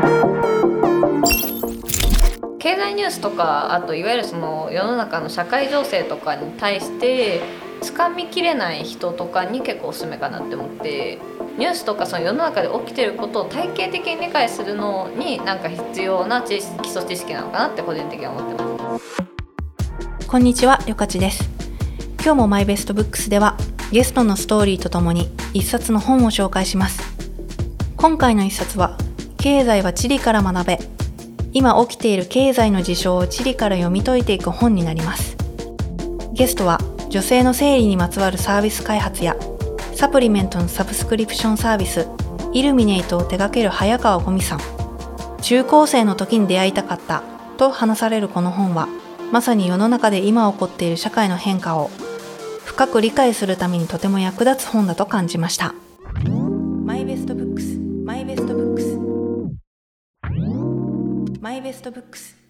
経済ニュースとか、あといわゆるその世の中の社会情勢とかに対して掴みきれない人とかに結構おすすめかなって思って、ニュースとかその世の中で起きてることを体系的に理解するのになんか必要な基礎知識なのかなって個人的に思ってます。 こんにちは、よかちです。今日もマイベストブックスではゲストのストーリーとともに一冊の本を紹介します。今回の一冊は経済は地理から学べ、今起きている経済の事象を地理から読み解いていく本になります。ゲストは女性の生理にまつわるサービス開発やサプリメントのサブスクリプションサービスイルミネイトを手掛ける早川五味さん。中高生の時に出会いたかったと話されるこの本は、まさに世の中で今起こっている社会の変化を深く理解するためにとても役立つ本だと感じました。マイベストブックス、マイベストブックス、マイベストブックス。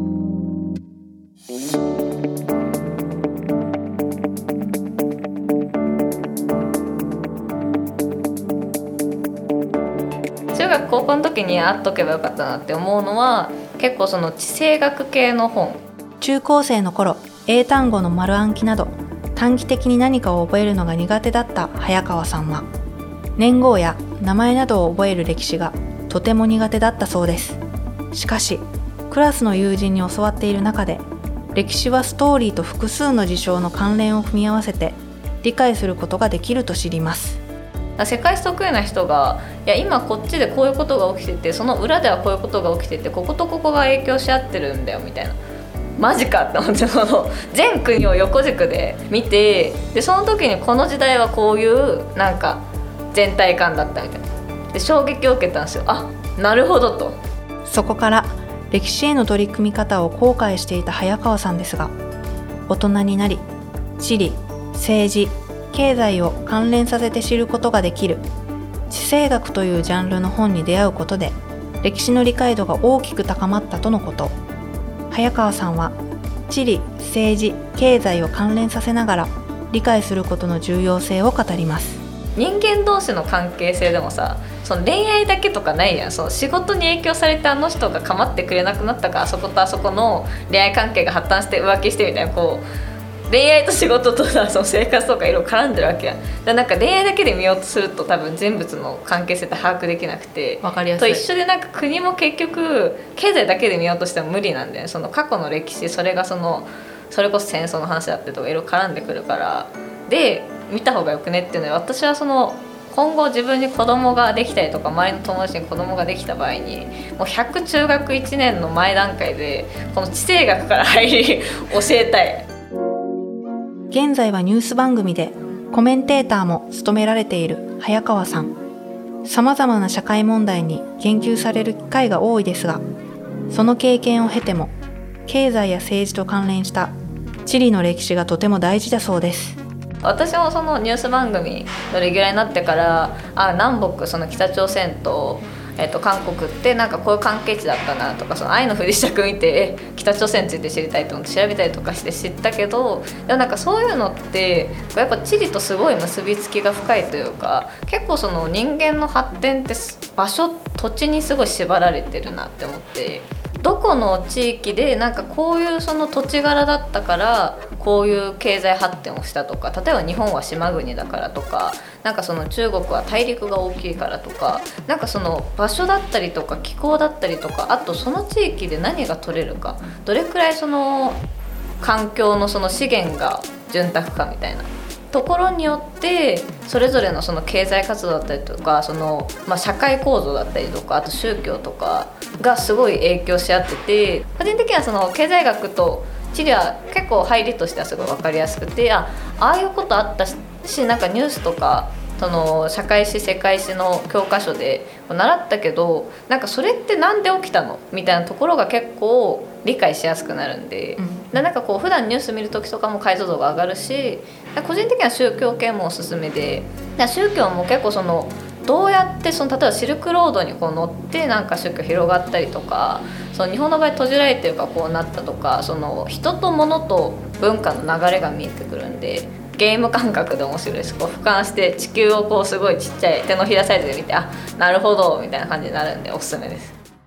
中学高校の時に会っとけばよかったなって思うのは、結構その地政学系の本。 中高生の頃、英単語の丸暗記など短期的に何かを覚えるのが苦手だった早川さんは、年号や名前などを覚える歴史がとても苦手だったそうです。しかしクラスの友人に教わっている中で、歴史はストーリーと複数の事象の関連を組み合わせて理解することができると知ります。 世界史得意な人が、いや今こっちでこういうことが起きてて、その裏ではこういうことが起きてて、こことここが影響し合ってるんだよみたいな、マジかって思って、その全国を横軸で見て、でその時にこの時代はこういうなんか全体感だったみたいなで衝撃を受けたんですよ。あ、なるほどと。 そこから歴史への取り組み方を後悔していた早川さんですが、大人になり地理、政治、経済を関連させて知ることができる地政学というジャンルの本に出会うことで、歴史の理解度が大きく高まったとのこと。早川さんは地理、政治、経済を関連させながら理解することの重要性を語ります。 人間同士の関係性でもさ、その恋愛だけとかないやん。その仕事に影響されてあの人が構ってくれなくなったから、あそことあそこの恋愛関係が発端して浮気してみたいな、こう恋愛と仕事とさ、その生活とかいろいろ絡んでるわけやん。だからなんか恋愛だけで見ようとすると多分人物の関係性って把握できなくて、 わかりやすい。 と一緒で、なんか国も結局経済だけで見ようとしても無理なんだよね。その過去の歴史、それがそれこそ戦争の話だったりとかいろいろ絡んでくるから、で見た方がよくねっていうので、私はその今後自分に子供ができたりとか、周りの友達に子供ができた場合に、もう100中学1年の前段階でこの地政学から入り教えたい。 現在はニュース番組でコメンテーターも務められている早川さん。さまざまな社会問題に言及される機会が多いですが、その経験を経ても経済や政治と関連した地理の歴史がとても大事だそうです。 私もそのニュース番組のレギュラーになってから、南北、その北朝鮮と、韓国ってなんかこういう関係値だったなとか、その愛の不時着見て北朝鮮について知りたいと思って調べたりとかして知ったけど、でもなんかそういうのってやっぱ地理とすごい結びつきが深いというか、結構その人間の発展って場所、土地にすごい縛られてるなって思って、どこの地域でなんかこういうその土地柄だったからこういう経済発展をしたとか、例えば日本は島国だからとか、なんかその中国は大陸が大きいからとか、なんかその場所だったりとか気候だったりとか、あとその地域で何が取れるか、どれくらいその環境のその資源が潤沢かみたいなところによって、それぞれのその経済活動だったりとか、その、社会構造だったりとか、あと宗教とかがすごい影響し合ってて、個人的にはその経済学と地理は結構入りとしてはすごい分かりやすくて、ああいうことあったし、なんかニュースとかその社会史世界史の教科書で習ったけど、なんかそれってなんで起きたのみたいなところが結構理解しやすくなるんで、なんかこう普段ニュース見るときとかも解像度が上がるし、個人的には宗教系もおすすめで、宗教も結構そのどうやってその例えばシルクロードにこう乗ってなんか宗教広がったりとか、その日本の場合閉じられてるからこうなったとか、その人と物と文化の流れが見えてくるんで、ゲーム感覚で面白いです。こう俯瞰して地球をこうすごいちっちゃい手のひらサイズで見て、あ、なるほどみたいな感じになるんでおすすめです。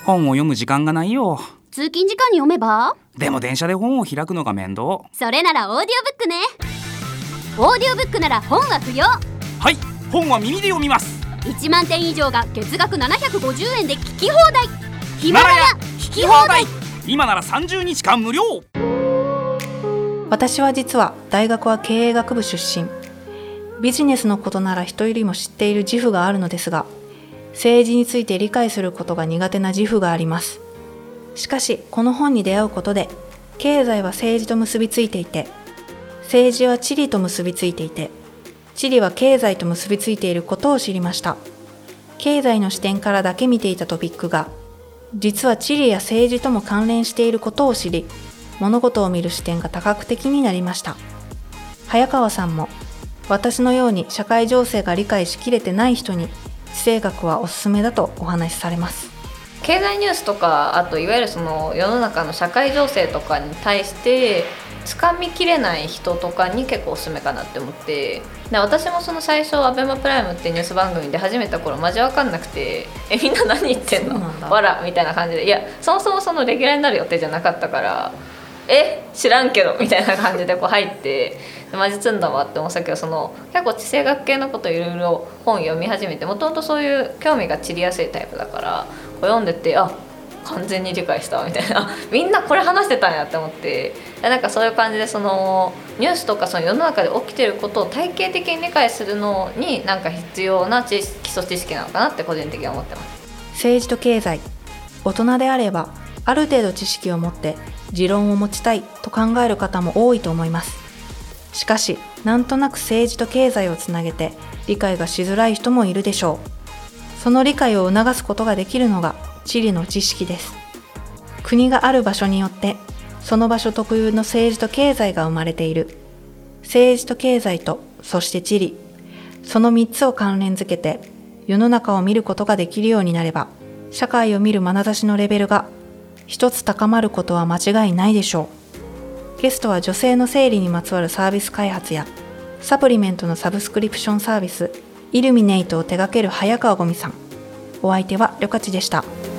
本を読む時間がないよ。 通勤時間に読めば？ でも電車で本を開くのが面倒。 それならオーディオブックね。オーディオブックなら本は不要。 はい、本は耳で読みます。 1万点以上が月額750円で聞き放題。ヒマラヤ聞き放題。 今なら30日間無料。 私は実は大学は経営学部出身。ビジネスのことなら人よりも知っている自負があるのですが、政治について理解することが苦手な自負があります。しかしこの本に出会うことで、経済は政治と結びついていて、政治は地理と結びついていて、地理は経済と結びついていることを知りました。経済の視点からだけ見ていたトピックが、実は地理や政治とも関連していることを知り、物事を見る視点が多角的になりました。早川さんも、私のように社会情勢が理解しきれてない人に、地政学はおすすめだとお話しされます。 経済ニュースとか、あといわゆるその世の中の社会情勢とかに対して掴みきれない人とかに結構おすすめかなって思って、で私もその最初アベマプライムっていうニュース番組で始めた頃マジ分かんなくて、みんな何言ってんのわらみたいな感じで、いやそもそもそのレギュラーになる予定じゃなかったから、知らんけどみたいな感じでこう入ってマジ積んだわって思ってたけど、その結構地政学系のこといろいろ本読み始めて、もともとそういう興味が散りやすいタイプだからこう読んでて、完全に理解したみたいな、みんなこれ話してたんやって思って、なんかそういう感じでそのニュースとかその世の中で起きてることを体系的に理解するのになんか必要な基礎知識なのかなって個人的には思ってます。 政治と経済、大人であればある程度知識を持って持論を持ちたいと考える方も多いと思います。しかしなんとなく政治と経済をつなげて理解がしづらい人もいるでしょう。その理解を促すことができるのが地理の知識です。国がある場所によってその場所特有の政治と経済が生まれている。政治と経済とそして地理、その3つを関連づけて世の中を見ることができるようになれば、社会を見る眼差しのレベルが一つ高まることは間違いないでしょう。ゲストは女性の生理にまつわるサービス開発やサプリメントのサブスクリプションサービスイルミネイトを手掛ける早川ゴミさん。お相手はりょかちでした。